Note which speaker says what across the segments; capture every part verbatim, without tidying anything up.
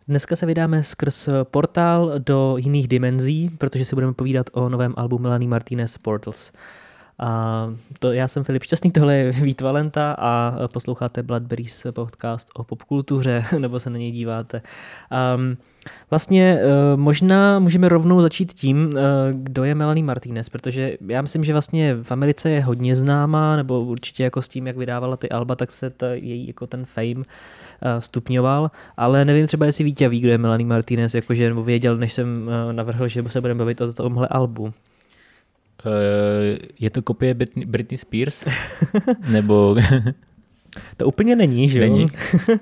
Speaker 1: dneska se vydáme skrz portál do jiných dimenzí, protože si budeme povídat o novém albu Melanie Martinez Portals. A to, já jsem Filip Šťastný, tohle je Vít Valenta a posloucháte Bloodberries podcast o popkultuře, nebo se na něj díváte. Um, vlastně uh, možná můžeme rovnou začít tím, uh, kdo je Melanie Martinez, protože já myslím, že vlastně v Americe je hodně známá, nebo určitě jako s tím, jak vydávala ty alba, tak se ta, její jako ten fame uh, stupňoval, ale nevím třeba, jestli Vítě ví, kdo je Melanie Martinez, jakože nebo věděl, než jsem uh, navrhl, že se budeme bavit o tomhle albu.
Speaker 2: Uh, je to kopie Britney Spears? Nebo...
Speaker 1: To úplně není, že jo?
Speaker 2: Není.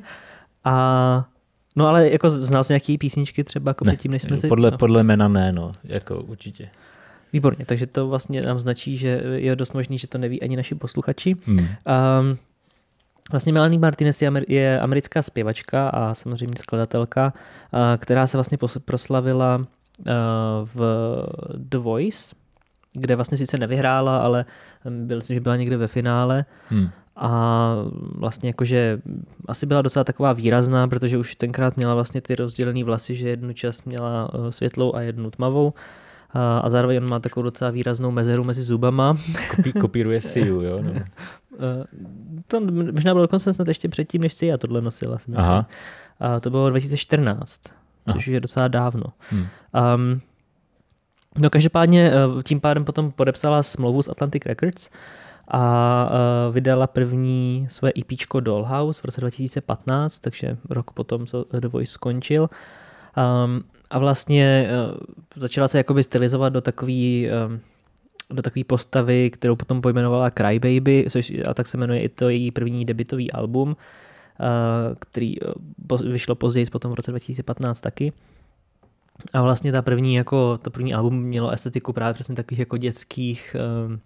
Speaker 1: A no ale jako znal jsi nějaký písničky třeba jako
Speaker 2: ne,
Speaker 1: předtím, než jsme si...
Speaker 2: podle,
Speaker 1: no.
Speaker 2: podle jména ne, no, jako určitě.
Speaker 1: Výborně, takže to vlastně nám značí, že je dost možný, že to neví ani naši posluchači.
Speaker 2: Hmm.
Speaker 1: Um, vlastně Melanie Martinez je, amer- je americká zpěvačka a samozřejmě skladatelka, uh, která se vlastně pos- proslavila uh, v The Voice, kde vlastně sice nevyhrála, ale byl si, že byla někde ve finále.
Speaker 2: Hmm.
Speaker 1: A vlastně jakože asi byla docela taková výrazná, protože už tenkrát měla vlastně ty rozdělený vlasy, že jednu část měla světlou a jednu tmavou. A zároveň on má takovou docela výraznou mezeru mezi zubama.
Speaker 2: Kopí, kopíruje Siu, jo? No.
Speaker 1: To možná bylo dokonce snad ještě předtím, než si já tohle nosila.
Speaker 2: Aha.
Speaker 1: A to bylo dva tisíce čtrnáct, což Aha. je docela dávno.
Speaker 2: Hmm.
Speaker 1: Um, no každopádně tím pádem potom podepsala smlouvu s Atlantic Records a uh, vydala první své EPčko Dollhouse v roce dva tisíce patnáct, takže rok potom, co The Voice skončil. Um, a vlastně uh, začala se jakoby stylizovat do takový, um, do takový postavy, kterou potom pojmenovala Crybaby, což, a tak se jmenuje i to její první debutový album, uh, který uh, po, vyšlo později potom v roce dva tisíce patnáct taky. A vlastně ta první, jako, to první album mělo estetiku právě přesně takových jako dětských, um,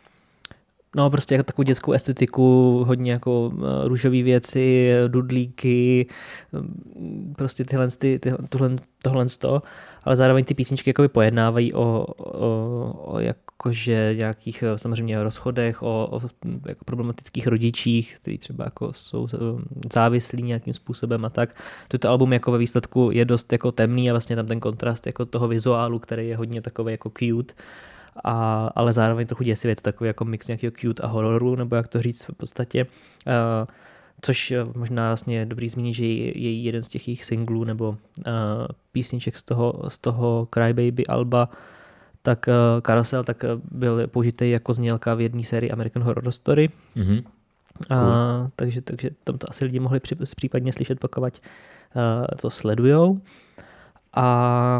Speaker 1: no prostě jako takovou dětskou estetiku, hodně jako uh, růžové věci, dudlíky, um, prostě tyhle, ty, tyhle, tohle, tohle sto, ale zároveň ty písničky jakoby pojednávají o, o, o jakože nějakých samozřejmě rozchodech, o, o jako problematických rodičích, kteří třeba jako jsou závislí nějakým způsobem a tak. Toto album jako ve výsledku je dost jako temný a vlastně tam ten kontrast jako toho vizuálu, který je hodně takový jako cute, A, ale zároveň trochu děsivě, je to takový jako mix nějakého cute a hororu, nebo jak to říct v podstatě. Uh, což možná vlastně je dobrý zmínit, že je, je jeden z těch jejich singlů nebo uh, písniček z toho, z toho Crybaby alba, tak uh, Carousel tak byl použitý jako znělka v jedné sérii American Horror Story.
Speaker 2: Mm-hmm.
Speaker 1: Cool. Uh, takže, takže tam to asi lidi mohli při, případně slyšet, pokud uh, to sledujou. A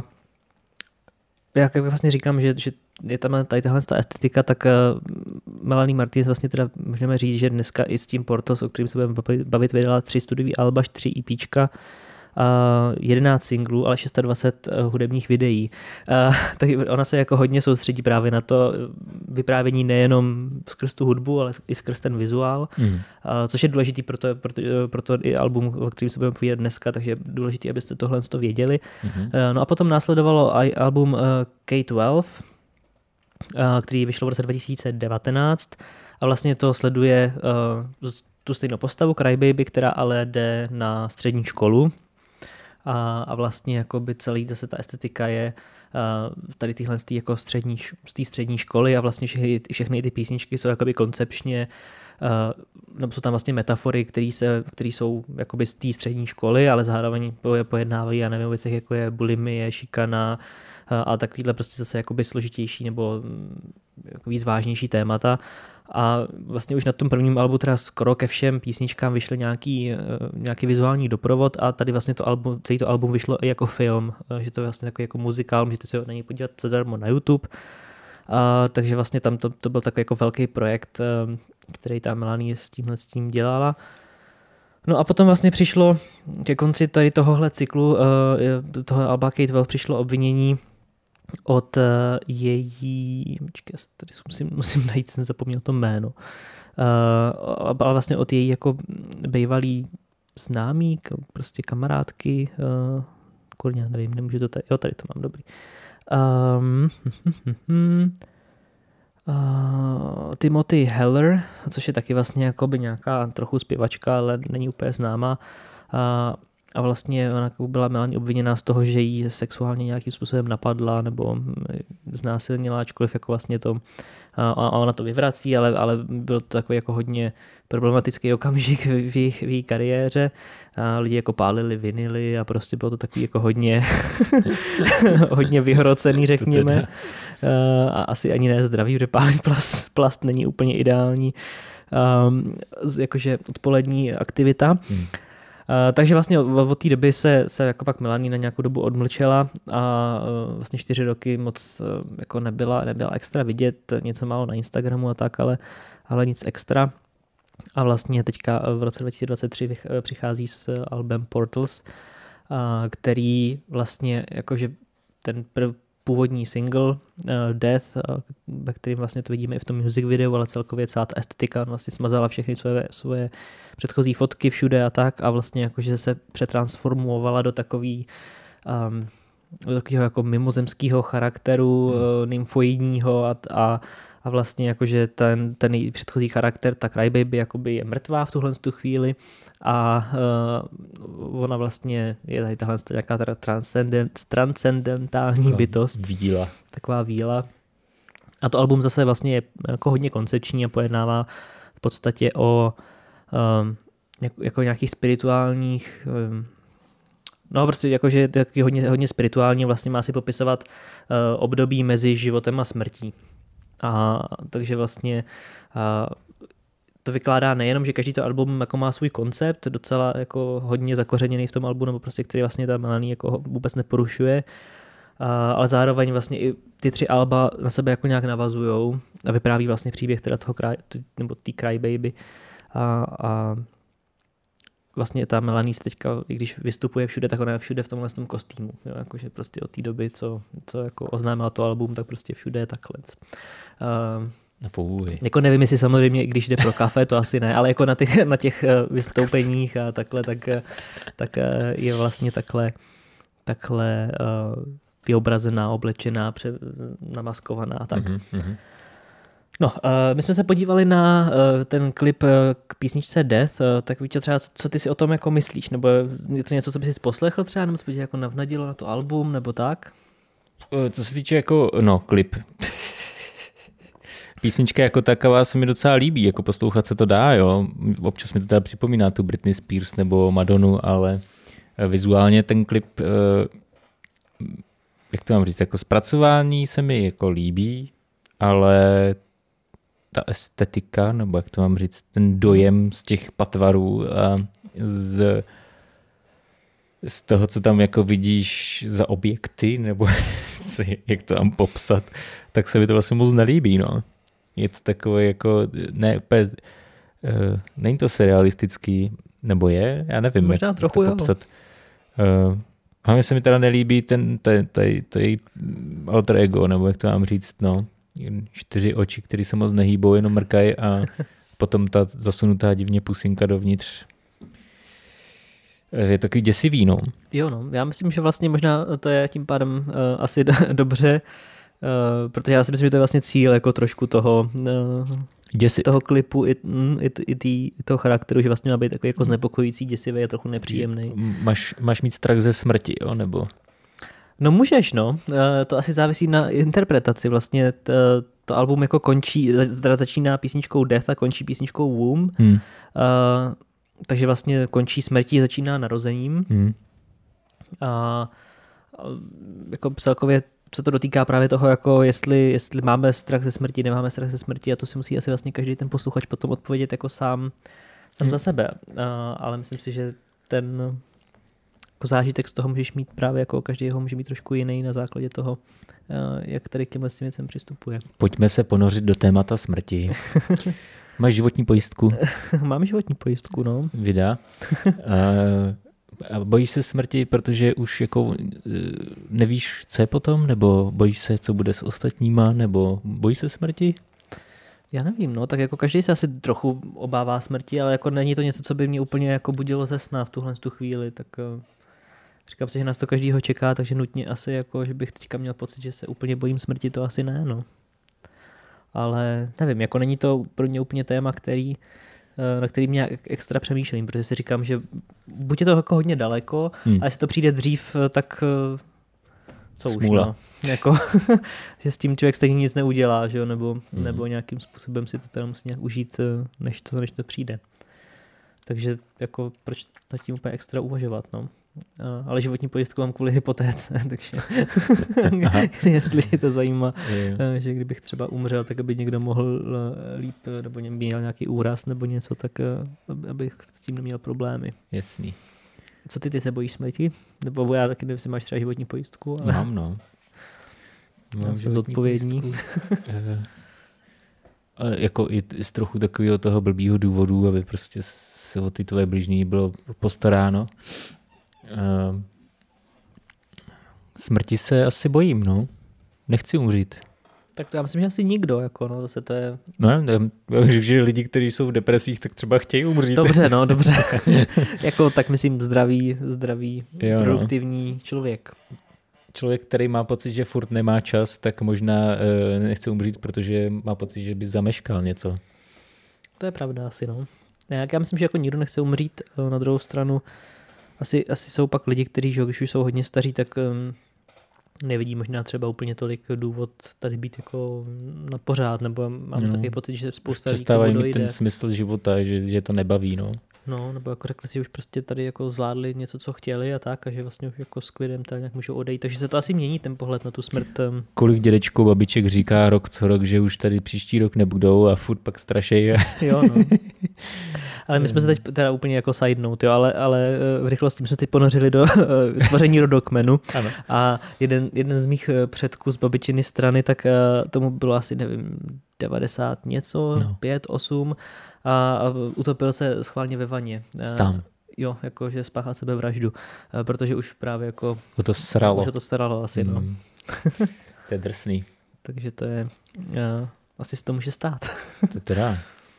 Speaker 1: jak vlastně říkám, že, že je tam tady tahle estetika, tak uh, Melanie Martinez vlastně teda můžeme říct, že dneska i s tím Portos, o kterým se budeme bavit, vydala tři studiový alba, tři EPčka, uh, jedenáct singlů, ale dvacet šest uh, hudebních videí. Uh, tak ona se jako hodně soustředí právě na to vyprávění nejenom skrz tu hudbu, ale i skrz ten vizuál, mm. uh, což je důležitý pro to, pro, to, pro to i album, o kterým se budeme povídat dneska, takže je důležité, abyste tohle to věděli. Mm-hmm. Uh, no a potom následovalo i album uh, K dvanáct, který vyšlo v roce dva tisíce devatenáct a vlastně to sleduje uh, tu stejnou postavu Crybaby, která ale jde na střední školu a, a vlastně jakoby celý zase ta estetika je uh, tady tyhle z té jako střední, z té střední školy a vlastně všechny, všechny ty písničky jsou jakoby koncepčně Uh, nebo jsou tam vlastně metafory, které jsou jakoby z té střední školy, ale zároveň pojednávají, já nevím, o věcech jako je bulimie, šikana uh, a takovýhle prostě zase jakoby složitější nebo jako víc vážnější témata. A vlastně už na tom prvním albu teda skoro ke všem písničkám vyšel nějaký, uh, nějaký vizuální doprovod a tady vlastně to album, celý to album vyšlo i jako film, uh, že to je vlastně takový jako muzikál, můžete se na něj podívat zadarmo na YouTube. Uh, takže vlastně tam to, to byl takový jako velký projekt, uh, který ta Melanie s tímhle s tím dělala. No a potom vlastně přišlo ke konci tady tohohle cyklu, uh, toho alba K dvanáct přišlo obvinění od uh, její, počkej, tady musím, musím najít, jsem zapomněl to jméno, uh, ale vlastně od její jako bývalý známý, prostě kamarádky, uh, kurně, nevím, nemůžu to tady, jo, tady to mám, dobrý. Um, hm, hm, hm. Uh, Timothy Heller, což je taky vlastně jakoby nějaká trochu zpěvačka, ale není úplně známá. Uh, a vlastně ona byla Melanie obviněná z toho, že jí sexuálně nějakým způsobem napadla nebo znásilnila, ačkoliv jako vlastně to a ona to vyvrací, ale, ale byl to takový jako hodně problematický okamžik v její, v její kariéře. A lidi jako pálili vinily a prostě bylo to takový jako hodně hodně vyhrocený, řekněme. A asi ani ne zdravý, protože pálit plast, plast není úplně ideální um, jakože odpolední aktivita. Hmm. Uh, takže vlastně od té doby se, se jako pak Melanie na nějakou dobu odmlčela a uh, vlastně čtyři roky moc uh, jako nebyla, nebyla extra vidět, něco málo na Instagramu a tak, ale, ale nic extra. A vlastně teďka v roce dva tisíce dvacet tři vych, přichází s albem Portals, uh, který vlastně jakože ten prv, původní single uh, Death, uh, ve kterým vlastně to vidíme i v tom music videu, ale celkově celá ta estetika vlastně smazala všechny svoje, svoje předchozí fotky všude a tak a vlastně jakože se přetransformovala do takový um, do takového jako mimozemského charakteru, hmm. uh, nymfoidního a, a, a vlastně jakože ten, ten její předchozí charakter, ta Crybaby jakoby je mrtvá v tuhle tu chvíli a uh, ona vlastně je tady tahle nějaká transcendent, transcendentální taková bytost.
Speaker 2: Víla.
Speaker 1: Taková víla. A to album zase vlastně je jako hodně koncepční a pojednává v podstatě o um, jako, jako nějakých spirituálních um, no prostě jakože je taky hodně, hodně spirituální, vlastně má si popisovat uh, období mezi životem a smrtí. A takže vlastně uh, to vykládá nejenom, že každý to album jako má svůj koncept, docela jako hodně zakořeněný v tom albu, nebo prostě který vlastně ta Melanie jako vůbec neporušuje, uh, ale zároveň vlastně i ty tři alba na sebe jako nějak navazujou a vypráví vlastně příběh teda toho cry, nebo té Crybaby a, a vlastně ta Melanie teďka, i když vystupuje všude, tak ona je všude v tomhle tom kostýmu. Jo, jakože prostě od té doby, co, co jako oznámila to album, tak prostě všude je takhle. Uh,
Speaker 2: Fuj.
Speaker 1: Jako nevím, jestli samozřejmě, když jde pro kafe, to asi ne, ale jako na těch, na těch vystoupeních a takhle, tak, tak je vlastně takhle, takhle uh, vyobrazená, oblečená, pře, namaskovaná a tak. Mm-hmm. No, uh, my jsme se podívali na uh, ten klip uh, k písničce Death, uh, tak víte třeba, co, co ty si o tom jako myslíš, nebo je to něco, co bys si poslechl třeba, nebo co by tě jako navnadilo na to album, nebo tak?
Speaker 2: Co se týče jako, no, klip. Písnička jako taková se mi docela líbí, jako poslouchat se to dá, jo. Občas mi to teda připomíná tu Britney Spears nebo Madonu, ale vizuálně ten klip, uh, jak to mám říct, jako zpracování se mi jako líbí, ale ta estetika, nebo jak to mám říct, ten dojem z těch patvarů a z, z toho, co tam jako vidíš za objekty, nebo jak to mám popsat, tak se mi to vlastně moc nelíbí, no. Je to takové jako, ne, úplně, uh, není to surrealistický, nebo je? Já nevím,
Speaker 1: možná
Speaker 2: jak
Speaker 1: trochu
Speaker 2: to popsat. Uh, hlavně se mi teda nelíbí ten, ten, ten, ten alter ego, nebo jak to mám říct, no. Čtyři oči, které se moc nehýbou, jenom mrkají a potom ta zasunutá divně pusinka dovnitř. Je takový děsivý, no.
Speaker 1: Jo, no. Já myslím, že vlastně možná to je tím pádem uh, asi do, dobře, uh, protože já si myslím, že to je vlastně cíl jako trošku toho, uh, toho klipu i, i, i, tý, i toho charakteru, že vlastně má být takový jako znepokojící, děsivý a trochu nepříjemný.
Speaker 2: Máš, máš mít strach ze smrti, jo, nebo...
Speaker 1: No můžeš, no. To asi závisí na interpretaci. Vlastně to, to album jako končí, teda začíná písničkou Death a končí písničkou Womb. Hmm. Uh, takže vlastně končí smrtí, začíná narozením. Hmm. A jako celkově se to dotýká právě toho, jako jestli, jestli máme strach ze smrti, nemáme strach ze smrti a to si musí asi vlastně každý ten posluchač potom odpovědět jako sám, sám hmm. za sebe. Uh, ale myslím si, že ten... zážitek z toho můžeš mít právě jako každý ho může mít trošku jiný na základě toho, jak tady k těmhle věcem přistupuje.
Speaker 2: Pojďme se ponořit do témata smrti. Máš životní pojistku?
Speaker 1: Mám životní pojistku, no.
Speaker 2: Vida. A bojíš se smrti, protože už jako nevíš, co je potom, nebo bojíš se, co bude s ostatníma, nebo bojíš se smrti?
Speaker 1: Já nevím, no, tak jako každý se asi trochu obává smrti, ale jako není to něco, co by mě úplně jako budilo ze sna v tuhle tu chvíli, tak říkám si, že nás to každýho čeká, takže nutně asi jako, že bych teďka měl pocit, že se úplně bojím smrti, to asi ne, no. Ale nevím, jako není to pro mě úplně téma, který na kterým nějak extra přemýšlím, protože si říkám, že buď je to jako hodně daleko, hmm. a jestli to přijde dřív, tak co
Speaker 2: Smůla.
Speaker 1: už, no. Jako, že s tím člověk stejně nic neudělá, že jo? Nebo, hmm. nebo nějakým způsobem si to teda musí nějak užít, než to, než to přijde. Takže jako proč nad tím úplně extra uvažovat, no. Ale životní pojistku mám kvůli hypotéce, takže jestli je to zajímá, je. Že kdybych třeba umřel, tak aby někdo mohl líp, nebo měl nějaký úraz nebo něco, tak abych s tím neměl problémy.
Speaker 2: Jasný.
Speaker 1: Co ty, ty se bojíš smrti? Nebo já taky nevím, jestli máš třeba životní pojistku. Ale...
Speaker 2: Mám, no.
Speaker 1: Mám zodpovědní.
Speaker 2: Ale jako i z trochu takového toho blbýho důvodu, aby prostě se o ty tvoje bližní bylo postaráno. Uh, smrti se asi bojím, no. Nechci umřít.
Speaker 1: Tak to já myslím, že asi nikdo, jako no, zase to je...
Speaker 2: No, nevím, že lidi, kteří jsou v depresích, tak třeba chtějí umřít.
Speaker 1: Dobře, no, dobře. Jako tak myslím zdravý, zdravý,
Speaker 2: jo,
Speaker 1: produktivní no. člověk.
Speaker 2: Člověk, který má pocit, že furt nemá čas, tak možná uh, nechce umřít, protože má pocit, že by zameškal něco. To
Speaker 1: je pravda asi, no. Já myslím, že jako nikdo nechce umřít, na druhou stranu asi, asi jsou pak lidi, kteří, že když už jsou hodně staří, tak um, nevidí možná třeba úplně tolik důvod tady být jako na pořád, nebo mám no. takový pocit, že spousta lidí k tomu dojde.
Speaker 2: Mít ten smysl života, že, že to nebaví, no.
Speaker 1: No, nebo jako řekli si, že už prostě tady jako zvládli něco, co chtěli a tak, a že vlastně už jako s klidem tady nějak můžou odejít, takže se to asi mění ten pohled na tu smrt.
Speaker 2: Kolik dědečků, babiček říká rok co rok, že už tady příští rok nebudou a furt pak strašejí.
Speaker 1: Jo, no. Ale my jsme se teď teda úplně jako side note, jo, ale, ale v rychlosti jsme teď ponořili do tvoření rodokmenu.
Speaker 2: Ano.
Speaker 1: A jeden, jeden z mých předků z babičiny strany, tak tomu bylo asi, nevím, devadesát něco, no. pět, osm a utopil se schválně ve vaně.
Speaker 2: Sám.
Speaker 1: Jo, jako že spáchal sebevraždu, protože už právě jako...
Speaker 2: Ho to sralo.
Speaker 1: Už to sralo asi, mm. no.
Speaker 2: To je drsný.
Speaker 1: Takže to je... Uh, asi se to může stát.
Speaker 2: To teda...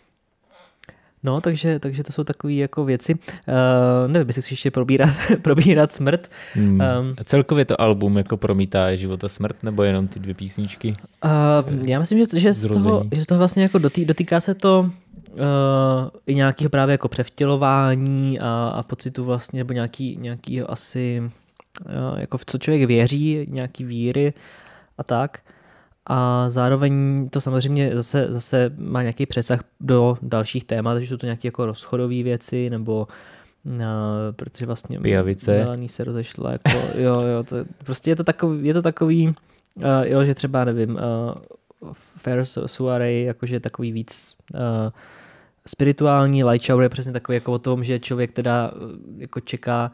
Speaker 1: No, takže, takže to jsou takové jako věci. Uh, nevím, jestli chci ještě probírat, probírat smrt.
Speaker 2: Hmm. Um, celkově to album jako promítá život a smrt, nebo jenom ty dvě písničky?
Speaker 1: Uh, já myslím, že, že, z toho, že to vlastně jako dotý, dotýká se to uh, i nějakého právě jako převtělování a, a pocitu vlastně, nebo nějaký, nějakýho asi, uh, jako v co člověk věří, nějaký víry a tak. A zároveň to samozřejmě zase, zase má nějaký přesah do dalších témat, takže jsou to nějaké jako rozchodové věci, nebo uh, protože vlastně
Speaker 2: Pijavice.
Speaker 1: Melanie se rozešla, jako, jo, jo, to, prostě je to takový, je to takový uh, jo, že třeba, nevím, uh, Fair Soiree, jakože takový víc uh, spirituální, Light Shower je přesně takový jako o tom, že člověk teda uh, jako čeká,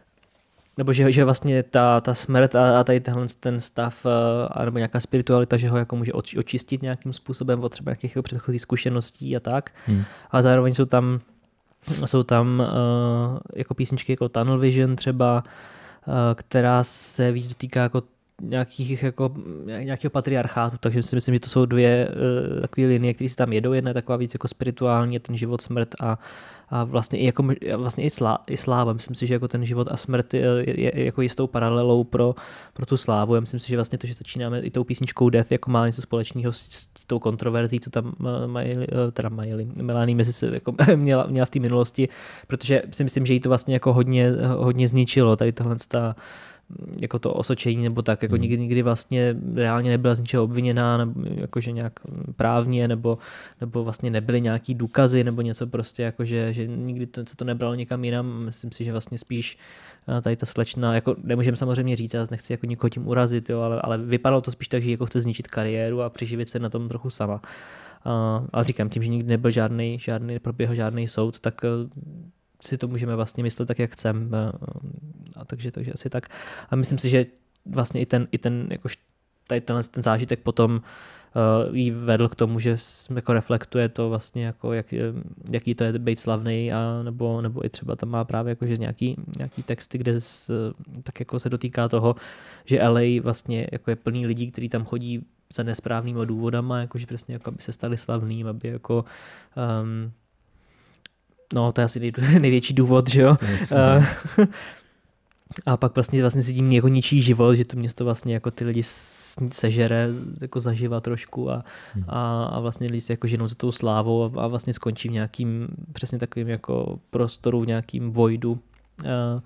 Speaker 1: nebo že, že vlastně ta, ta smrt a, a tady tenhle ten stav a nebo nějaká spiritualita, že ho jako může očistit nějakým způsobem od třeba nějakých předchozích zkušeností a tak. Hmm. A zároveň jsou tam, jsou tam uh, jako písničky jako Tunnel Vision třeba, uh, která se víc dotýká jako nějakých jako, nějakého patriarchátu, takže si myslím, že to jsou dvě uh, takové linie, které si tam jedou. Jedna je taková víc jako spirituální, ten život, smrt a, a vlastně i jako vlastně i, slá, i sláva. Myslím si, že jako ten život a smrt je, je, je jako jistou paralelou pro, pro tu slávu. Já myslím si, že vlastně to, že začínáme i tou písničkou Death, jako má něco společného s, s tou kontroverzí, co tam mají, teda mají, Melanie mezi se jako měla, měla v té minulosti, protože si myslím, že jí to vlastně jako hodně, hodně zničilo, tady tohle ta jako to osočení nebo tak, jako hmm. nikdy, nikdy vlastně reálně nebyla z ničeho obviněná, nebo jakože nějak právně, nebo, nebo vlastně nebyly nějaký důkazy, nebo něco prostě, jakože že nikdy to, se to nebralo někam jinam. Myslím si, že vlastně spíš tady ta slečna, jako nemůžeme samozřejmě říct, já nechci jako nikoho tím urazit, jo, ale, ale vypadalo to spíš tak, že jako chce zničit kariéru a přiživit se na tom trochu sama. Uh, ale říkám, tím, že nikdy nebyl žádný, žádný proběhl žádný soud, tak si to můžeme vlastně myslet tak, jak chceme. A takže, takže asi tak. A myslím si, že vlastně i ten, i ten, jakož tady ten, ten zážitek potom uh, jí vedl k tomu, že jako reflektuje to vlastně, jako jak, jaký to je být slavný, a nebo, nebo i třeba tam má právě jakože nějaký, nějaký texty, kde z, tak jako se dotýká toho, že L A vlastně jako je plný lidí, kteří tam chodí za nesprávnýma důvodama, jakože přesně jako aby se stali slavným, aby jako um, no, to je asi nej, největší důvod, že jo. a pak vlastně, vlastně si tím jako ničí život, že to město vlastně jako ty lidi sežere jako zaživa trošku a, hmm. a, a vlastně lidi se jako ženou za tou slávou a, a vlastně skončí v nějakým přesně takovým jako prostoru, v nějakým voidu, uh,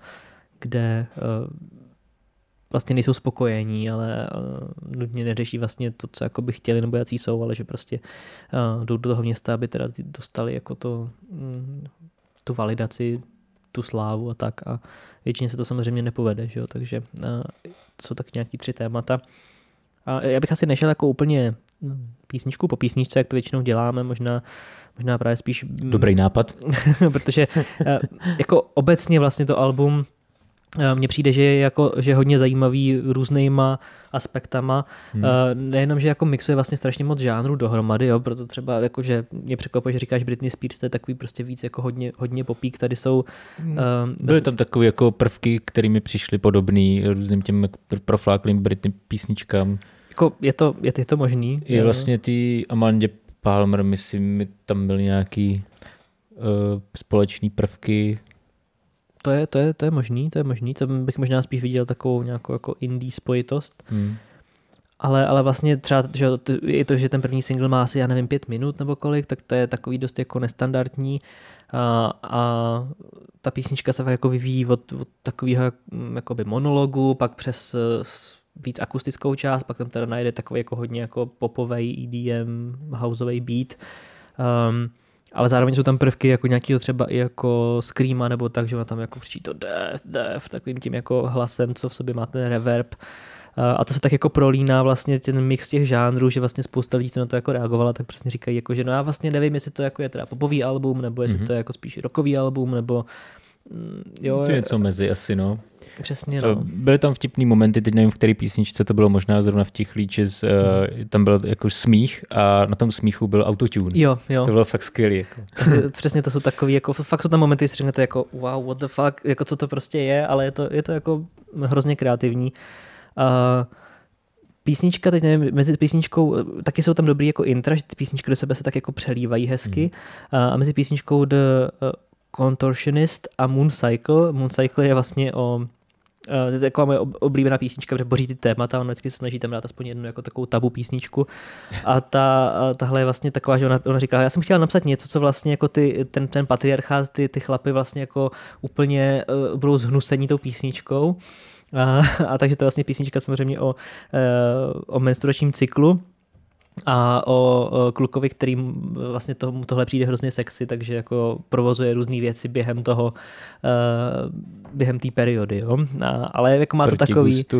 Speaker 1: kde uh, vlastně nejsou spokojení, ale uh, nutně neřeší vlastně to, co jako by chtěli nebo jací jsou, ale že prostě uh, jdou do toho města, aby teda dostali jako to, um, tu validaci, tu slávu a tak a většině se to samozřejmě nepovede, že jo? Takže uh, jsou tak nějaký tři témata. A já bych asi nešel jako úplně písničku po písničce, jak to většinou děláme, možná, možná právě spíš...
Speaker 2: Dobrý nápad.
Speaker 1: Protože uh, jako obecně vlastně to album mně přijde, že je jako, že hodně zajímavý různýma aspektama. Hmm. Nejenom, že jako mixuje vlastně strašně moc žánrů dohromady, jo, proto třeba jako, že mě překvapuje, že říkáš Britney Spears, to je takový prostě víc jako hodně, hodně popík, tady jsou... Hmm. Um,
Speaker 2: Byly tam takové jako prvky, které mi přišly podobný různým těm profláklým Britney písničkám.
Speaker 1: Jako je to, je, je to možný.
Speaker 2: I vlastně ty Amandě Palmer, myslím, tam byly nějaký uh, společný prvky.
Speaker 1: To je, to je, to je možný, to je možný, tam bych možná spíš viděl takovou nějakou jako indie spojitost. Hmm. Ale, ale vlastně třeba, že je to, že ten první single má asi, já nevím, pět minut nebo kolik, tak to je takový dost jako nestandardní a, a ta písnička se jako vyvíjí od, od takového jakoby monologu, pak přes víc akustickou část, pak tam teda najde takový jako hodně jako popovej E D M, houseový beat. Um, ale zároveň jsou tam prvky jako nějakého třeba i jako screama nebo tak, že ona tam jako křičí to death, death, takovým tím jako hlasem, co v sobě má ten reverb. A to se tak jako prolíná vlastně ten mix těch žánrů, že vlastně spousta lidí, co na to jako reagovala, tak přesně říkají, jako, že no já vlastně nevím, jestli to jako je teda popový album, nebo jestli mm-hmm. to je jako spíš rockový album, nebo jo.
Speaker 2: To je něco mezi asi, no.
Speaker 1: Přesně, no.
Speaker 2: Byly tam vtipný momenty, teď nevím, v který písničce to bylo, možná zrovna v těch Leeches, mm. uh, tam byl jako smích a na tom smíchu byl autotune.
Speaker 1: Jo, jo.
Speaker 2: To bylo fakt skvělý. Jako.
Speaker 1: Přesně to jsou takový, jako fakt jsou tam momenty, kdy si řeknete jako wow, what the fuck, jako co to prostě je, ale je to, je to jako hrozně kreativní. Uh, Písnička, teď nevím, mezi písničkou, taky jsou tam dobrý jako intra, že ty písničky do sebe se tak jako přelívají hezky mm. a mezi písničkou The Contortionist a Mooncycle. Mooncycle je vlastně o, to je taková moje oblíbená písnička, protože boří ty témata, on vždycky se snaží tam dát aspoň jednu jako takovou tabu písničku a ta, tahle je vlastně taková, že ona, ona říká, já jsem chtěla napsat něco, co vlastně jako ty, ten, ten patriarchát, ty, ty chlapy vlastně jako úplně uh, budou zhnusení tou písničkou. A, a takže to je vlastně písnička samozřejmě o, o menstruačním cyklu a o, o klukovi, kterým vlastně tomu tohle přijde hrozně sexy, takže jako provozuje různé věci během toho, uh, během té periody, jo. A, ale jako má to
Speaker 2: Proti
Speaker 1: takový...
Speaker 2: gustu.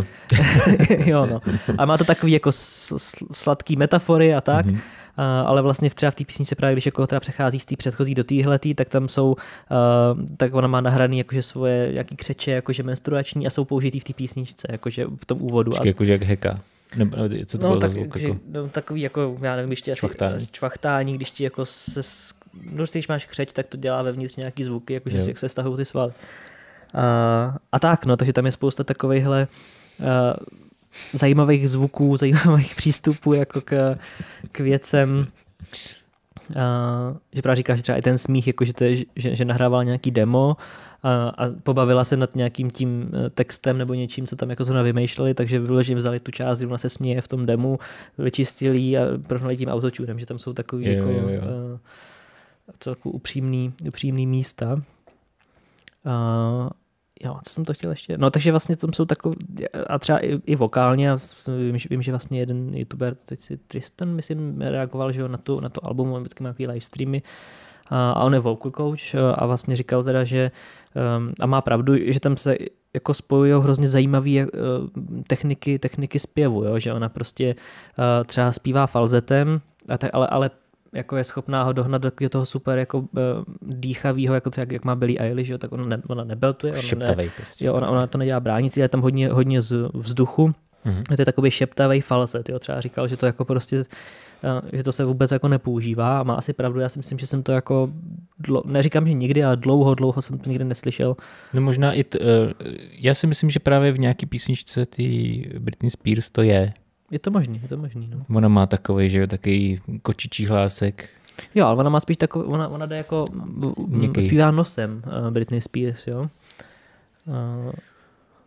Speaker 1: jo, no. A má to takový jako sladký metafory a tak, mm-hmm. Uh, ale vlastně třeba v té písničce právě, když jako teda přechází z té předchozí do téhletý, tak tam jsou, uh, tak ona má nahraný jakože svoje nějaký křeče, jakože menstruační a jsou použitý v té písničce, jakože v tom úvodu.
Speaker 2: Počkej, jakože jak heka. Nebo, co to
Speaker 1: no,
Speaker 2: bylo
Speaker 1: tak,
Speaker 2: za zvuk?
Speaker 1: Že,
Speaker 2: jako?
Speaker 1: no, takový jako, já nevím, když ti
Speaker 2: čvachtání.
Speaker 1: asi čvachtání, když ti jako se, no, když máš křeč, tak to dělá vevnitř nějaký zvuky, jakože si, jak se stahují ty svaly. Uh, a tak, no, takže tam je spousta takovejhle uh, zajímavých zvuků, zajímavých přístupů jako k, k věcem. Uh, že právě říkáš, že třeba i ten smích, jako že, to je, že, že nahrával nějaký demo a, a pobavila se nad nějakým tím textem nebo něčím, co tam jako zrovna vymýšleli, takže vyloženě vzali tu část, kdy ona se směje v tom demu, vyčistili a prohnali tím autotunem, že tam jsou takový jo, jako jo, jo. Uh, celku upřímný, upřímný místa. Uh, Jo, co jsem to chtěl ještě? No, takže vlastně tam jsou takové, a třeba i, i vokálně, a vím, vím, že vlastně jeden youtuber, teď si Tristan, myslím, reagoval, že jo, na, tu, na to album, on vždycky má takový live streamy, a, a on je vocal coach a vlastně říkal teda, že, um, a má pravdu, že tam se jako spojují hrozně zajímavé uh, techniky, techniky zpěvu, jo, že ona prostě uh, třeba zpívá falzetem, a tak, ale, ale jako je schopná ho dohnat do toho super jako uh, dýchavýho, jako to, jak, jak má Billie Eilish, jo, tak ona, ne, ona nebeltuje. Ona,
Speaker 2: šeptavej
Speaker 1: ne,
Speaker 2: prostě.
Speaker 1: Jo, ona, ona to nedělá bránici, ale tam hodně, hodně z vzduchu. Mm-hmm. To je takový šeptavej falset, jo, třeba říkal, že to jako prostě, uh, že to se vůbec jako nepoužívá a má asi pravdu, já si myslím, že jsem to jako, dlo, neříkám, že nikdy, ale dlouho, dlouho jsem to nikdy neslyšel.
Speaker 2: No možná i, t, uh, já si myslím, že právě v nějaký písničce ty Britney Spears to je.
Speaker 1: Je to možný, je to možný, no.
Speaker 2: Ona má takový, že jo, takový kočičí hlásek.
Speaker 1: Jo, ale ona má spíš takový, ona, ona jde jako, Někej. Zpívá nosem uh, Britney Spears, jo. Uh,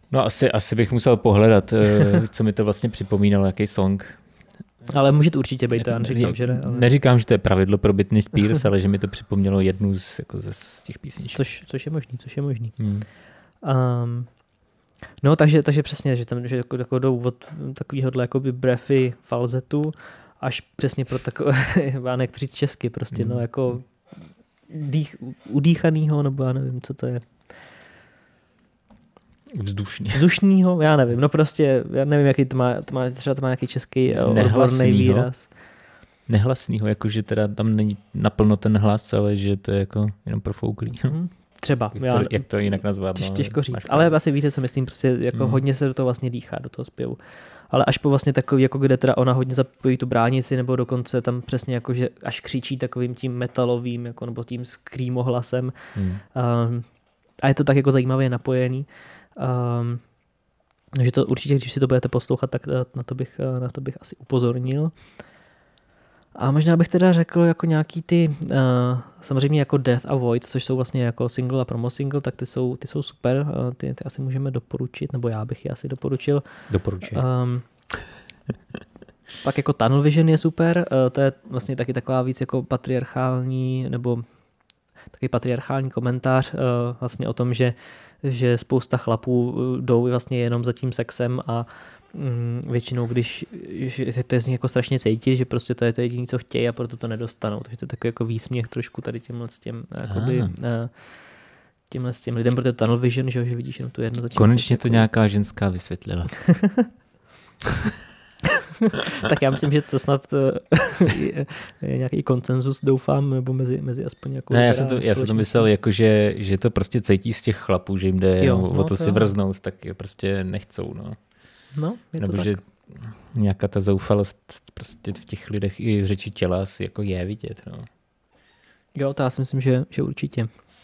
Speaker 2: No asi, asi bych musel pohledat, co mi to vlastně připomínalo, jaký song.
Speaker 1: Ale může to určitě být, já neříkám, že ne. Ale...
Speaker 2: Neříkám, že to je pravidlo pro Britney Spears, ale že mi to připomnělo jednu z, jako ze, z těch písniček.
Speaker 1: Což, což je možný, což je možný.
Speaker 2: Hmm.
Speaker 1: Um, no, takže, takže přesně, že tam že jako, jako jdou od takovýhodle jakoby breathy falzetu až přesně pro takové, já nechci říct česky, prostě, hmm. no, jako dých, udýchanýho, nebo já nevím, co to je.
Speaker 2: Vzdušný.
Speaker 1: Vzdušnýho, já nevím, no prostě, já nevím, jaký to má, to má třeba to má nějaký český odborný výraz.
Speaker 2: Nehlasnýho, jakože teda tam není naplno ten hlas, ale že to je jako jenom profouklý.
Speaker 1: Hmm. Třeba.
Speaker 2: Jak,
Speaker 1: já,
Speaker 2: to, jak to jinak nazvat?
Speaker 1: Těž,
Speaker 2: no,
Speaker 1: těžko říct, ale asi víte, co myslím, prostě jako hmm. hodně se do toho vlastně dýchá, do toho zpěvu. Ale až po vlastně takový, jako kde teda ona hodně zapojí tu bránici, nebo dokonce tam přesně jako, že až křičí takovým tím metalovým, jako, nebo tím screamo hlasem. Hmm. Um, a je to tak jako zajímavě napojený. Um, že to určitě, když si to budete poslouchat, tak na to bych, na to bych asi upozornil. A možná bych teda řekl jako nějaký ty, uh, samozřejmě jako Death a Void, což jsou vlastně jako single a promo single, tak ty jsou, ty jsou super, uh, ty, ty asi můžeme doporučit, nebo já bych je asi doporučil.
Speaker 2: Doporučil.
Speaker 1: Um, pak jako Tunnel Vision je super, uh, to je vlastně taky taková víc jako patriarchální, nebo taky patriarchální komentář uh, vlastně o tom, že, že spousta chlapů jdou vlastně jenom za tím sexem a mm, většinou, když že to je z nich jako strašně cítit, že prostě to je to jediné, co chtějí a proto to nedostanou. Takže to je takový jako výsměch trošku tady těmhle s těm, jakoby, uh, těmhle s těm lidem, protože Tunnel Vision, že, že vidíš jenom tu jednu.
Speaker 2: Konečně to nějaká ženská vysvětlila.
Speaker 1: Tak já myslím, že to snad je, je nějaký konsenzus, doufám, nebo mezi, mezi aspoň nějakou...
Speaker 2: Ne, já jsem to, já jsem to myslel, jako, že, že to prostě cítí z těch chlapů, že jim jde jo, no, o to, to si vrznout, tak je prostě nechcou. No,
Speaker 1: no je
Speaker 2: nebo
Speaker 1: to
Speaker 2: že
Speaker 1: tak.
Speaker 2: Nějaká ta zoufalost prostě v těch lidech i v řeči těla si jako je vidět. No.
Speaker 1: Jo, to já si myslím, že, že určitě.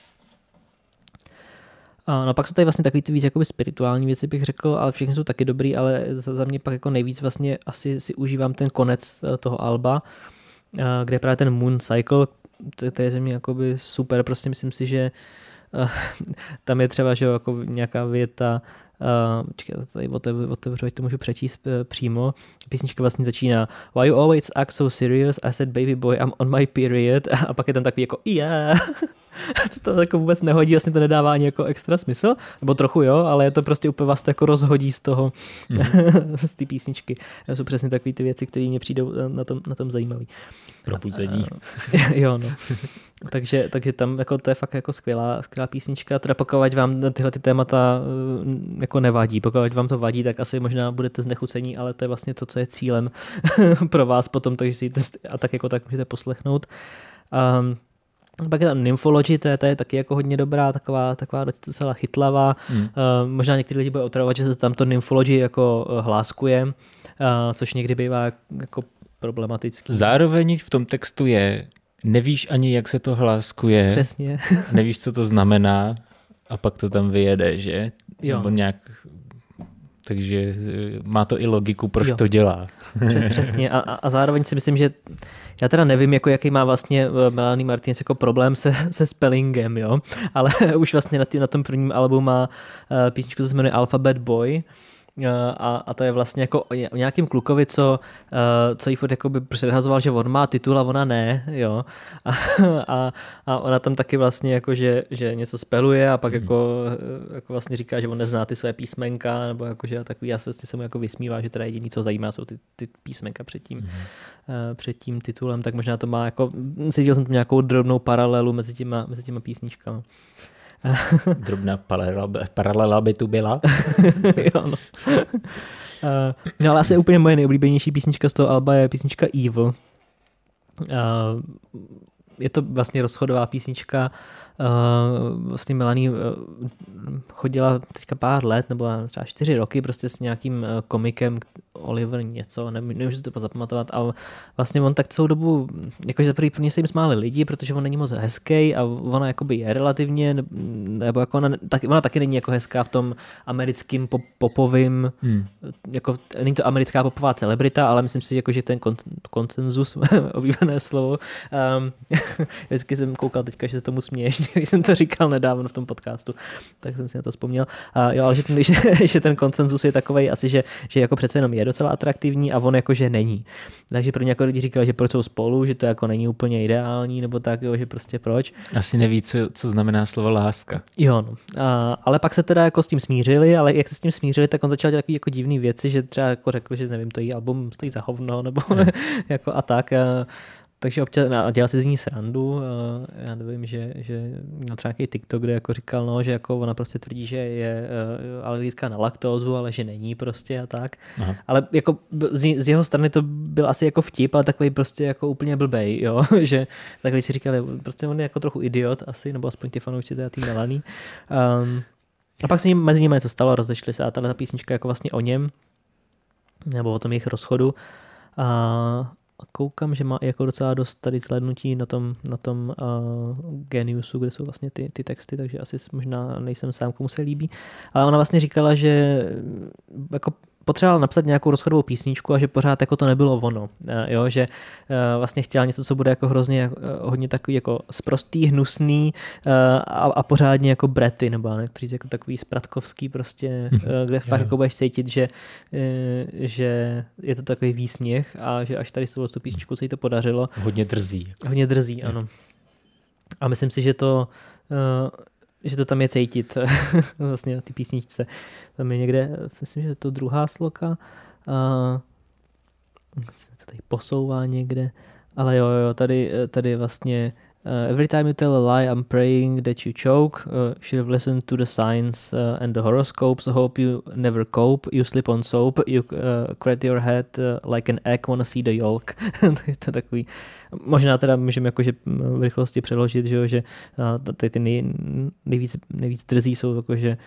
Speaker 1: A no pak jsou tady vlastně takový ty víc jakoby spirituální věci, bych řekl, ale všechny jsou taky dobrý, ale za, za mě pak jako nejvíc vlastně asi si užívám ten konec toho alba, kde je právě ten Moon Cycle, to, to je za mě jakoby super, prostě myslím si, že uh, tam je třeba, že jako nějaká věta, Uh, čekaj, tady otevřu, otevřu, ať to můžu přečíst uh, přímo. Písnička vlastně začíná Why you always act so serious? I said baby boy, I'm on my period. A pak je tam takový jako yeah. Co to jako vůbec nehodí, vlastně to nedává ani jako extra smysl, nebo trochu jo, ale je to prostě úplně vás to jako rozhodí z toho, mm. z té písničky. To jsou přesně takové ty věci, které mě přijdou na tom, na tom zajímavý.
Speaker 2: Propuzení.
Speaker 1: Jo, no. takže, takže tam jako to je fakt jako skvělá, skvělá písnička. Teda pokud vám tyhle ty témata jako nevadí, pokud vám to vadí, tak asi možná budete znechucení, ale to je vlastně to, co je cílem pro vás potom, takže si a tak jako tak můžete poslechnout. Um, Pak je tam Nymphology, to je, to je taky jako hodně dobrá, taková, taková docela chytlavá. Mm. Uh, možná někteří lidi budou otravovat, že se tam to Nymphology jako uh, hláskuje, uh, což někdy bývá jako problematický.
Speaker 2: Zároveň v tom textu je, nevíš ani, jak se to hláskuje.
Speaker 1: Přesně.
Speaker 2: Nevíš, co to znamená a pak to tam vyjede, že?
Speaker 1: Jo.
Speaker 2: Nebo nějak... Takže má to i logiku, proč
Speaker 1: jo.
Speaker 2: to dělá.
Speaker 1: Přesně a, a zároveň si myslím, že já teda nevím, jako jaký má vlastně Melanie Martinez jako problém se, se spellingem, jo, ale už vlastně na, tý, na tom prvním albu má uh, písničku, co se jmenuje Alphabet Boy, A, a to je vlastně jako o nějakým klukovi, co, uh, co jí furt jakoby předhazoval, že on má titul a ona ne, jo. A, a, a ona tam taky vlastně jako, že, že něco speluje a pak mm. jako, jako vlastně říká, že on nezná ty své písmenka, nebo jako, že takový, já vlastně se mu jako vysmívá, že teda jediný, co zajímá, jsou ty, ty písmenka před tím, mm. uh, před tím titulem, tak možná to má jako, cítil jsem tam nějakou drobnou paralelu mezi těma, mezi těma písničkama.
Speaker 2: Drobná paralela, paralela by tu byla.
Speaker 1: Jo, no. Uh, no ale asi úplně moje nejoblíbenější písnička z toho alba je písnička Evil. Uh, je to vlastně rozchodová písnička. Uh, vlastně Melanie uh, chodila teďka pár let, nebo třeba čtyři roky prostě s nějakým uh, komikem Oliver něco, nevím, nemůžu si to zapamatovat, ale vlastně on tak celou dobu, jakože za první první se jim smáli lidi, protože on není moc hezký a ona jakoby je relativně, nebo jako ona, tak, ona taky není jako hezká v tom americkým pop, popovým, hmm. jako není to americká popová celebrita, ale myslím si, jako, že ten kon, konsenzus, oblíbené slovo, um, vždycky jsem koukal teďka, že se tomu směješ, když jsem to říkal nedávno v tom podcastu, tak jsem si na to vzpomněl. A jo, ale že ten, že, že ten konsenzus je takovej asi, že, že jako přece jenom je docela atraktivní a on jakože není. Takže pro ně jako lidi říkali, že proč jsou spolu, že to jako není úplně ideální, nebo tak, jo, že prostě proč.
Speaker 2: Asi neví, co, co znamená slovo láska.
Speaker 1: Jo, no. A, ale pak se teda jako s tím smířili, ale jak se s tím smířili, tak on začal dělat takové jako divné věci, že třeba jako řekl, že nevím, to jí album stojí za hovno, nebo jako a tak. A, takže občas a dělal si z ní srandu. A já nevím, že, že měl třeba nějaký TikTok, kde jako říkal, no, že jako ona prostě tvrdí, že je uh, alergická na laktózu, ale že není prostě a tak. Aha. Ale jako z, z jeho strany to byl asi jako vtip, ale takový prostě jako úplně blbej, jo, že takhle si říkali, prostě on je jako trochu idiot asi, nebo aspoň ty fanoušci teda tý Melanie. Um, a pak se jim, mezi nimi něco stalo, rozešli se a tahle písnička jako vlastně o něm, nebo o tom jejich rozchodu. A koukám, že má jako docela dost tady zhlédnutí na tom, na tom uh, Geniusu, kde jsou vlastně ty, ty texty, takže asi možná nejsem sám, komu se líbí. Ale ona vlastně říkala, že jako potřebovala napsat nějakou rozchodovou písničku a že pořád jako to nebylo ono. Uh, jo, že uh, vlastně chtěla něco, co bude jako hrozně uh, hodně takový jako sprostý, hnusný uh, a, a pořádně jako brety, nebo někteří jako takový spratkovský prostě, uh, kde fakt jako budeš cítit, že, uh, že je to takový výsměch a že až tady s touhle písničkou se jí to podařilo.
Speaker 2: Hodně drzí.
Speaker 1: Hodně drzí, ano. A myslím si, že to uh, že to tam je cítit vlastně na ty písničce. Tam je někde, myslím, že je to druhá sloka, a to tady posouvá někde, ale jo, jo, tady, tady vlastně uh, every time you tell a lie, I'm praying that you choke, uh, should have listened to the signs uh, and the horoscopes, hope you never cope, you slip on soap, you uh, crack your head uh, like an egg, wanna see the yolk. Takže to je takový, možná teda můžeme jakože v rychlosti přeložit, že, že tady ty nej, nejvíc, nejvíc drzí jsou jakože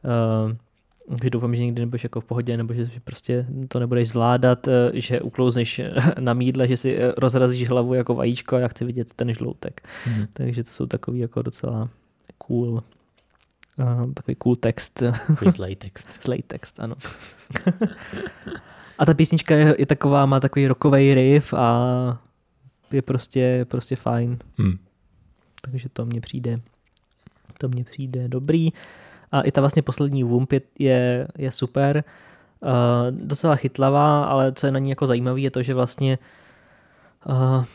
Speaker 1: uh, že doufám, že nikdy nebudeš jako v pohodě, nebo že, že prostě to nebudeš zvládat, že uklouzneš na mídle, že si rozrazíš hlavu jako vajíčko a já chci vidět ten žloutek. Mm. Takže to jsou takový jako docela cool, uh, takový cool text.
Speaker 2: Takový zlej text.
Speaker 1: Zlej text, ano. A ta písnička je, je taková, má takový rockový riff a je prostě, prostě fajn. Hmm. Takže to mně přijde, to mně přijde dobrý. A i ta vlastně poslední Wump je, je, je super. Uh, docela chytlavá, ale co je na ní jako zajímavý, je to, že vlastně uh,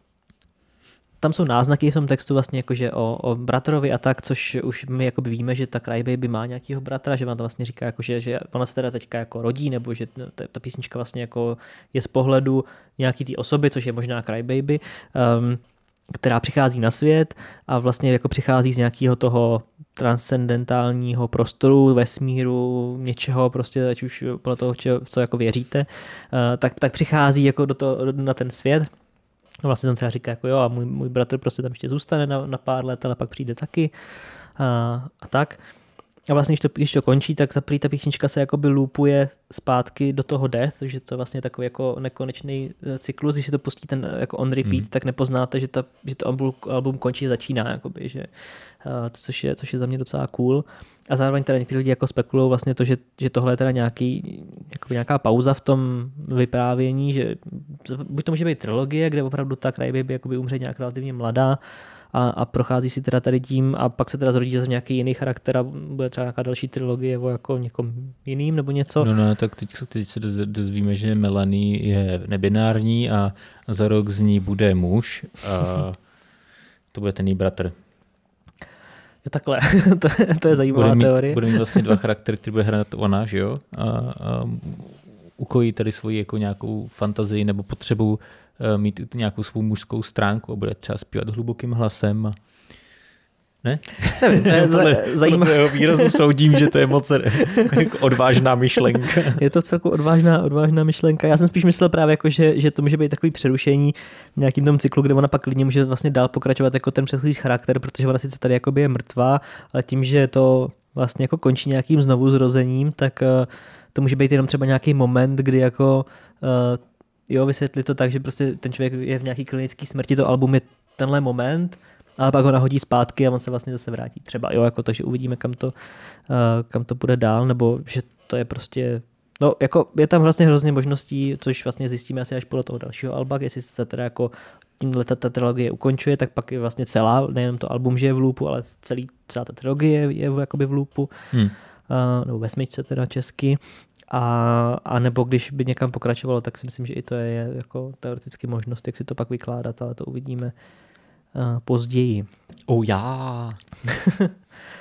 Speaker 1: tam jsou náznaky v tom textu vlastně jakože o, o bratrovi a tak, což už my jakoby víme, že ta Crybaby má nějakýho bratra, že ona to vlastně říká, jakože, že ona se teda teďka jako rodí, nebo že ta, ta písnička vlastně jako je z pohledu nějaký té osoby, což je možná Crybaby, um, která přichází na svět a vlastně jako přichází z nějakého toho transcendentálního prostoru, vesmíru, něčeho, prostě ať už podle toho, co jako věříte, uh, tak, tak přichází jako do toho, na ten svět. Vlastně tam třeba říká, jako jo, a můj, můj bratr prostě tam ještě zůstane na, na pár let, ale pak přijde taky a, a tak. A vlastně, když to, když to končí, tak ta, ta písnička se jakoby loopuje zpátky do toho Death, takže to je vlastně takový jako nekonečný cyklus. Když se to pustí ten jako on repeat, mm. tak nepoznáte, že, ta, že to album, album končí a začíná, jakoby, že, a, což, je, což je za mě docela cool. A zároveň teda někteří lidi jako spekulují vlastně to, že, že tohle je teda nějaký, jakoby nějaká pauza v tom vyprávění, že buď to může být trilogie, kde opravdu ta Crybaby jakoby umře nějak relativně mladá, A, a prochází si teda tady tím a pak se teda zrodí zase nějaký jiný charakter a bude třeba nějaká další trilogie o jako někom jiným nebo něco.
Speaker 2: No, no, tak teď, teď se dozvíme, že Melanie je nebinární a za rok z ní bude muž a to bude ten její bratr.
Speaker 1: Jo, takhle, to, to je zajímavá
Speaker 2: bude mít,
Speaker 1: teorie.
Speaker 2: Bude mít vlastně dva charaktery, který bude hrát ona, že jo? A, a ukojí tady svoji jako nějakou fantazii nebo potřebu mít nějakou svou mužskou stránku a bude třeba zpívat hlubokým hlasem. A... Ne?
Speaker 1: Nevím, to je zajímavé.
Speaker 2: Podle tvého výrazu soudím, že to je moc jako odvážná myšlenka.
Speaker 1: Je to celku odvážná, odvážná myšlenka. Já jsem spíš myslel právě, jako, že, že to může být takový přerušení v nějakým tom cyklu, kde ona pak klidně může vlastně dál pokračovat jako ten předchozí charakter, protože ona sice tady jakoby je mrtvá, ale tím, že to vlastně jako končí nějakým znovu zrozením, tak uh, to může být jenom třeba nějaký moment, kdy jako uh, jo, vysvětlit to tak, že prostě ten člověk je v nějaký klinické smrti, to album je tenhle moment, ale pak ho nahodí zpátky a on se vlastně zase vrátí třeba, jo, jako takže uvidíme, kam to, uh, kam to bude dál, nebo že to je prostě, no, jako je tam vlastně hrozně možností, což vlastně zjistíme asi až podle toho dalšího alba, jestli se teda jako tímhle ta, ta trilogie ukončuje, tak pak je vlastně celá, nejenom to album, že je v loopu, ale celý, celá ta trilogie je, je jakoby v loopu, hmm. uh, nebo ve smyčce teda česky. A, a nebo když by někam pokračovalo, tak si myslím, že i to je jako teoreticky možnost, jak si to pak vykládat, ale to uvidíme uh, později.
Speaker 2: Oh já.
Speaker 1: uh,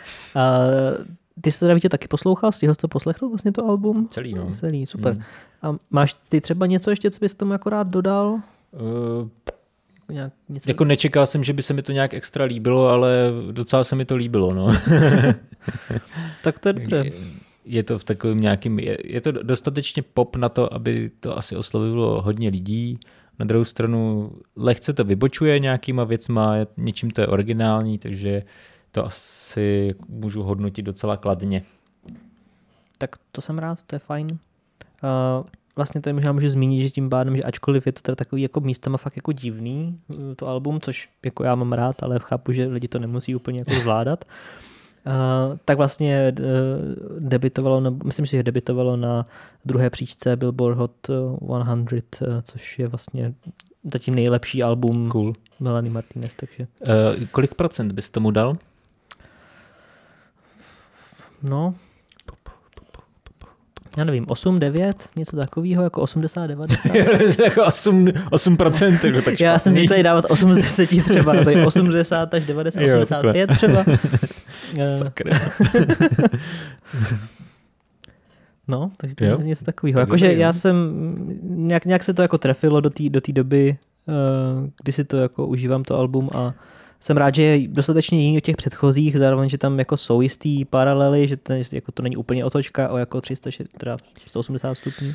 Speaker 1: ty jsi teda Vítě taky poslouchal, stihl jsi to poslechnout vlastně to album?
Speaker 2: Celý, no.
Speaker 1: Celý, super.
Speaker 2: Hmm.
Speaker 1: A máš ty třeba něco ještě, co bys tomu jako rád dodal?
Speaker 2: Uh,
Speaker 1: nějak, něco...
Speaker 2: Jako nečekal jsem, že by se mi to nějak extra líbilo, ale docela se mi to líbilo, no.
Speaker 1: Tak to je dobře.
Speaker 2: Je to v takovém nějakým, je, je to dostatečně pop na to, aby to asi oslovilo hodně lidí. Na druhou stranu lehce to vybočuje nějakýma věcma, něčím to je originální, takže to asi můžu hodnotit docela kladně.
Speaker 1: Tak to jsem rád, to je fajn. Uh, vlastně tady možná můžu zmínit, že tím pádem, že ačkoliv je to teda takový jako místama fakt jako divný, to album, což jako já mám rád, ale chápu, že lidi to nemusí úplně jako zvládat, Uh, tak vlastně uh, debitovalo, na, myslím si, že debitovalo na druhé příčce Billboard Hot sto, uh, což je vlastně zatím nejlepší album
Speaker 2: cool.
Speaker 1: Melanie Martinez. Takže.
Speaker 2: Uh, kolik procent bys tomu dal?
Speaker 1: No, já nevím, osm, devět, něco takového, jako osmdesát, devadesát.
Speaker 2: Jako osm procent. Tak
Speaker 1: já jsem si tady dávat osm z deseti třeba, no tady osmdesát až devadesát, osmdesát pět třeba.
Speaker 2: Sakra.
Speaker 1: No, takže to je něco takového. Jakože já jsem, nějak, nějak se to jako trefilo do té do té doby, kdy si to jako užívám to album a jsem rád, že je dostatečně jiný od těch předchozích, zároveň, že tam jako jsou jistý paralely, že to, jako to není úplně otočka o jako tři sta, teda sto osmdesát stupňů.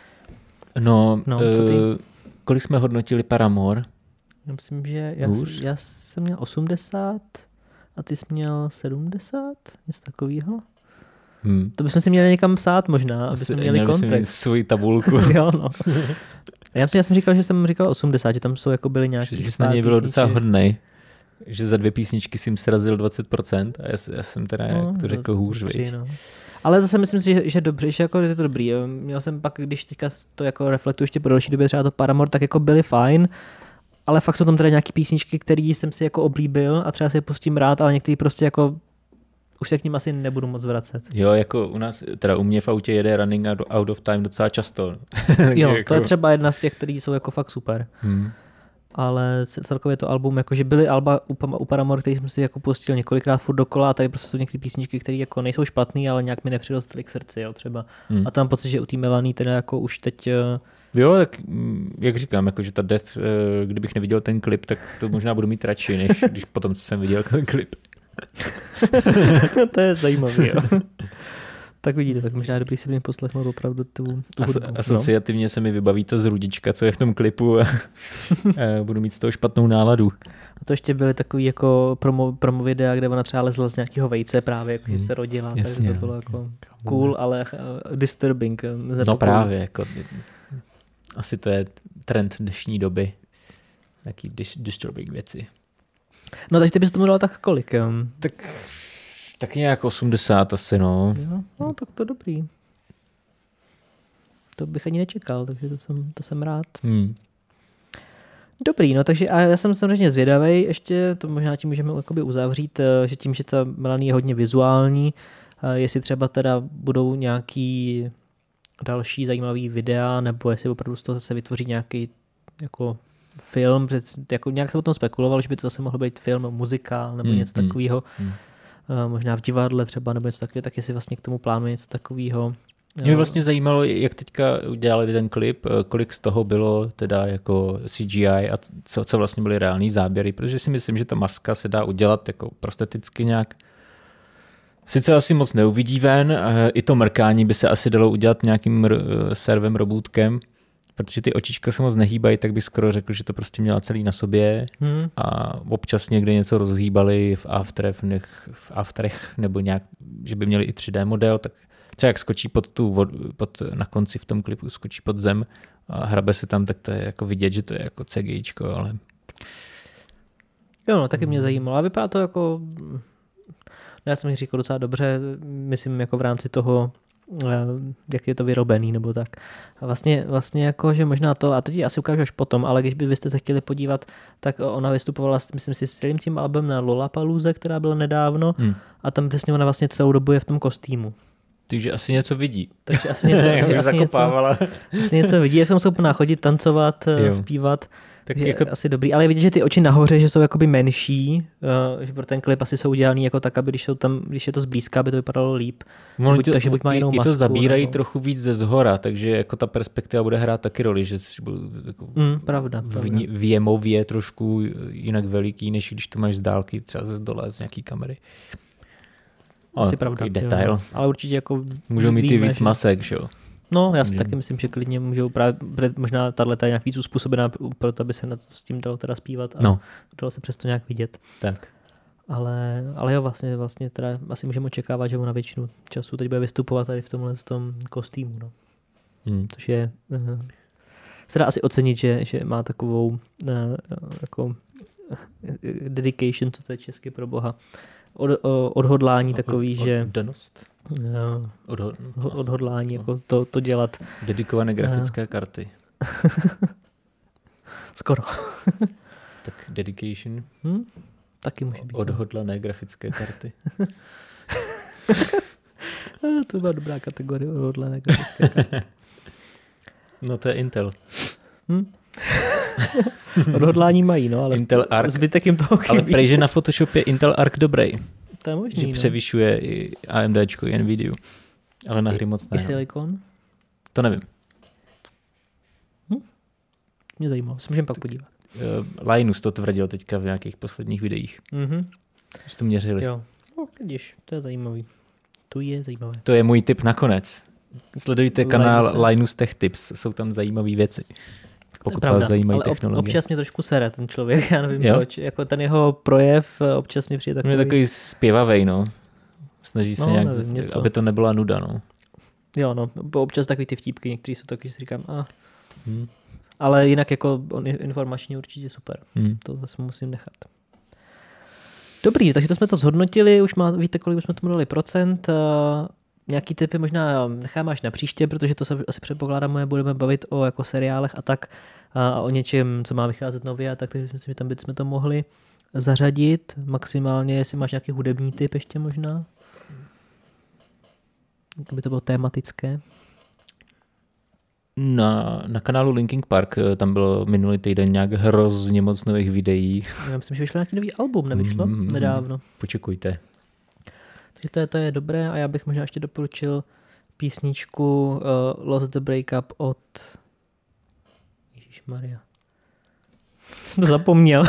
Speaker 2: No,
Speaker 1: no
Speaker 2: uh, kolik jsme hodnotili Paramore?
Speaker 1: Já myslím, že já, já jsem měl osmdesát a ty jsi měl sedmdesát, něco takového. Hmm. To bychom si měli někam psát možná, aby jsme měli kontext.
Speaker 2: Svoji tabulku.
Speaker 1: Jo, no. Já myslím, já jsem říkal, že jsem říkal osmdesát, že tam jsou jako byly nějaký.
Speaker 2: Že na něj bylo docela hodnej. Že za dvě písničky jsem srazil dvacet procent a já, já jsem teda, no, jak to řekl, hůř, viď. No.
Speaker 1: Ale zase myslím si, že, že dobře, že jako je to dobrý. Měl jsem pak, když teďka to jako reflektuju ještě po další době, třeba to Paramore, tak jako byly fajn, ale fakt jsou tam teda nějaký písničky, které jsem si jako oblíbil a třeba si je pustím rád, ale některý prostě jako už se k ním asi nebudu moc vracet.
Speaker 2: Jo, jako u nás, teda u mě v autě jede Running Out of Time docela často.
Speaker 1: Jo,
Speaker 2: jako...
Speaker 1: to je třeba jedna z těch, které jsou jako fakt super. Hmm. Ale celkově to album, jakože byly alba u Paramore, který jsem si jako pustil několikrát furt dokola a tady prostě jsou některé písničky, které jako nejsou špatný, ale nějak mi nepřidostaly k srdci, jo, třeba. Hmm. A tam pocit, že u té Melanie teda jako už teď...
Speaker 2: Jo, tak jak říkám, jako, že ta Death, kdybych neviděl ten klip, tak to možná budu mít radši, než když potom jsem viděl ten klip.
Speaker 1: To je zajímavý, jo. Tak vidíte, tak možná dobrý si mě poslechnout opravdu tu, tu
Speaker 2: As, asociativně no. se mi vybaví ta zrudička, co je v tom klipu a, a budu mít z toho špatnou náladu.
Speaker 1: A to ještě byly takový jako promo, promo videa, kde ona třeba lezla z nějakého vejce právě, jako, hmm. že se rodila, Jasně, takže to bylo jako cool, ale uh, disturbing.
Speaker 2: No právě, jako, asi to je trend dnešní doby, nějaký dis- disturbing věci.
Speaker 1: No takže ty bys tomu dal tak kolik?
Speaker 2: Tak... Tak nějak osmdesát asi, no.
Speaker 1: Jo, no, tak to dobrý. To bych ani nečekal, takže to jsem, to jsem rád. Hmm. Dobrý, no takže a já jsem samozřejmě zvědavej, ještě to možná tím můžeme jakoby uzavřít, že tím, že ta Melanie je hodně vizuální, jestli třeba teda budou nějaký další zajímavý videa, nebo jestli opravdu z toho zase vytvoří nějaký jako film, jako nějak jsem o tom spekuloval, že by to zase mohlo být film, muzikál nebo hmm, něco hmm, takového. Hmm. Možná v divadle třeba, nebo něco takového, tak jestli vlastně k tomu plánuje něco takového.
Speaker 2: Mě vlastně zajímalo, jak teďka udělali ten klip, kolik z toho bylo teda jako C G I a co, co vlastně byly reální záběry, protože si myslím, že ta maska se dá udělat jako prosteticky nějak. Sice asi moc neuvidí ven, i to mrkání by se asi dalo udělat nějakým r- servem, robůtkem, protože ty očička se moc nehýbají, tak bych skoro řekl, že to prostě měla celý na sobě hmm. a občas někde něco rozhýbali v Afterech, v Afterech nebo nějak, že by měli i tři dé model, tak třeba jak skočí pod tu vodu, pod, na konci v tom klipu skočí pod zem a hrabe se tam, tak to je jako vidět, že to je jako CGIčko, ale...
Speaker 1: Jo, no, taky mě zajímalo. A vypadá to jako... No, já jsem říkal docela dobře, myslím jako v rámci toho jak je to vyrobený nebo tak. A vlastně, vlastně jako, že možná to, a to ti asi ukážu až potom, ale když byste se chtěli podívat, tak ona vystupovala, myslím si, s celým tím albem na Lollapalooze, která byla nedávno hmm. a tam přesně ona vlastně celou dobu je v tom kostýmu.
Speaker 2: Takže asi něco vidí.
Speaker 1: Takže asi něco,
Speaker 2: asi
Speaker 1: zakopávala. Něco, asi něco vidí, jsem schopná chodit, tancovat, jo. zpívat. Tak jako... asi dobrý, ale vidíš, že ty oči nahoře, že jsou jakoby menší, uh, že pro ten klip asi jsou udělaný jako tak, aby když, jsou tam, když je to zblízka, aby to vypadalo líp.
Speaker 2: No, buď, to, takže buď má jinou masku. I to zabírají nebo... trochu víc ze zhora, takže jako ta perspektiva bude hrát taky roli, že budou jako
Speaker 1: mm, pravda,
Speaker 2: v,
Speaker 1: pravda.
Speaker 2: v jemově trošku jinak veliký, než když to máš z dálky, třeba ze zdole z nějaký kamery.
Speaker 1: Asi ale pravda.
Speaker 2: Detail.
Speaker 1: Jo. Ale určitě jako
Speaker 2: můžou mít i víc že... masek, že jo?
Speaker 1: No, já si taky myslím, že klidně můžou právě, možná tato je nějak víc uspůsobená pro to, aby se s tím dalo teda zpívat a no. dalo se přesto nějak vidět.
Speaker 2: Tak.
Speaker 1: Ale, ale jo, vlastně, vlastně teda asi můžeme očekávat, že ona většinu času teď bude vystupovat tady v tomhle tom kostýmu, no. Hmm. Což je, uh, se dá asi ocenit, že, že má takovou uh, jako uh, dedication, co to je česky pro boha, od, uh, odhodlání od, takový, od, že...
Speaker 2: Oddanost?
Speaker 1: No, Odho- odhodlání jako to, to dělat.
Speaker 2: Dedikované grafické no. karty.
Speaker 1: Skoro.
Speaker 2: Tak dedication.
Speaker 1: Hmm? Taky může být.
Speaker 2: Odhodlané grafické karty.
Speaker 1: To byla dobrá kategorie, odhodlané grafické karty.
Speaker 2: No to je Intel.
Speaker 1: Hmm? Odhodlání mají, no, ale
Speaker 2: Intel Arc,
Speaker 1: zbytek jim toho chybí.
Speaker 2: Ale prej, že na Photoshopě Intel Arc dobrý.
Speaker 1: To je možný,
Speaker 2: že
Speaker 1: no.
Speaker 2: převyšuje i AMDčko, i Nvidia. Ale na hry moc ne.
Speaker 1: I Silicon?
Speaker 2: To nevím.
Speaker 1: Hm? Mě zajímalo, se můžeme pak podívat.
Speaker 2: Uh, Linus to tvrdil teďka v nějakých posledních videích.
Speaker 1: Mm-hmm.
Speaker 2: Že to měřili.
Speaker 1: Jo, no, vidíš, to je zajímavý. To je zajímavé.
Speaker 2: To je můj tip nakonec. Sledujte Linus kanál Linus Tech Tips, jsou tam zajímavé věci. Pokud
Speaker 1: Pravda,
Speaker 2: vás zajímají
Speaker 1: ale
Speaker 2: technologie.
Speaker 1: Občas mě trošku sere ten člověk, já nevím jo? proč. Jako ten jeho projev občas mě přijde takový...
Speaker 2: On je takový zpěvavej, no. Snaží se no, nějak, nevím, aby to nebyla nuda, no.
Speaker 1: Jo, no, občas takový ty vtípky, některý jsou taky, že si říkám, ah. Hmm. Ale jinak jako on informačně určitě super. Hmm. To zase musím nechat. Dobrý, takže to jsme to zhodnotili, už má, víte, kolik jsme tomu dali procent. Nějaký tipy možná necháme až na příště, protože to se asi předpokládáme, budeme bavit o jako seriálech a tak a o něčem, co má vycházet nově a tak, takže myslím, že tam bychom to mohli zařadit maximálně, jestli máš nějaký hudební tip ještě možná. Aby to bylo tematické.
Speaker 2: Na, na kanálu Linkin Park tam bylo minulý týden nějak hrozně moc nových videí.
Speaker 1: Já myslím, že vyšlo nějaký nový album, nevyšlo? Mm, nedávno.
Speaker 2: Počekujte.
Speaker 1: Takže to je, to je dobré a já bych možná ještě doporučil písničku uh, Lost the Breakup od Ježišmarja. Jsem to zapomněl.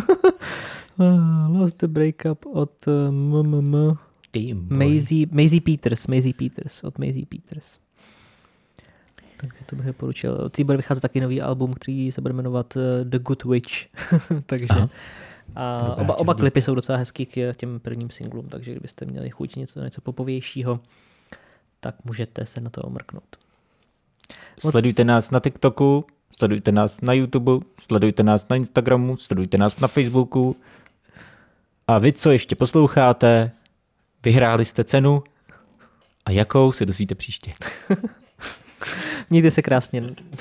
Speaker 1: Lost the Breakup od uh, M M M. Maisie, Maisie Peters. Maisie Peters. Od Maisie Peters. Takže to bych doporučil. Tý bude vycházet taky nový album, který se bude jmenovat uh, The Good Witch. Takže Aha. A oba, oba klipy jsou docela hezký k těm prvním singlům, takže kdybyste měli chuť něco, něco popovějšího, tak můžete se na to omrknout.
Speaker 2: Sledujte nás na TikToku, sledujte nás na YouTube, sledujte nás na Instagramu, sledujte nás na Facebooku. A vy, co ještě posloucháte, vyhráli jste cenu a jakou se dozvíte příště.
Speaker 1: Mějte se krásně.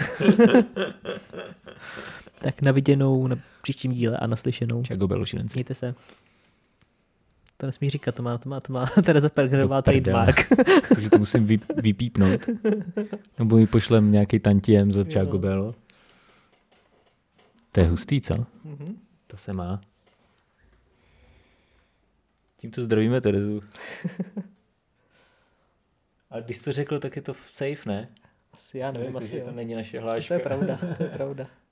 Speaker 1: Tak na viděnou na příštím díle a naslyšenou.
Speaker 2: Čago Belušinenci.
Speaker 1: Mějte se. To nesmíš říkat, to má, to má, to má Tereza Pergerová trademark.
Speaker 2: Takže to musím vy, vypípnout. Nebo mi pošlem nějaký tantiem za Čago Belo. To je hustý, co? Mm-hmm. To se má. Tímto zdravíme Terezu. A když to řekl, tak je to safe, ne?
Speaker 1: Asi já nevím,
Speaker 2: asi
Speaker 1: jo.
Speaker 2: To není naše hláška.
Speaker 1: To je pravda, to je pravda.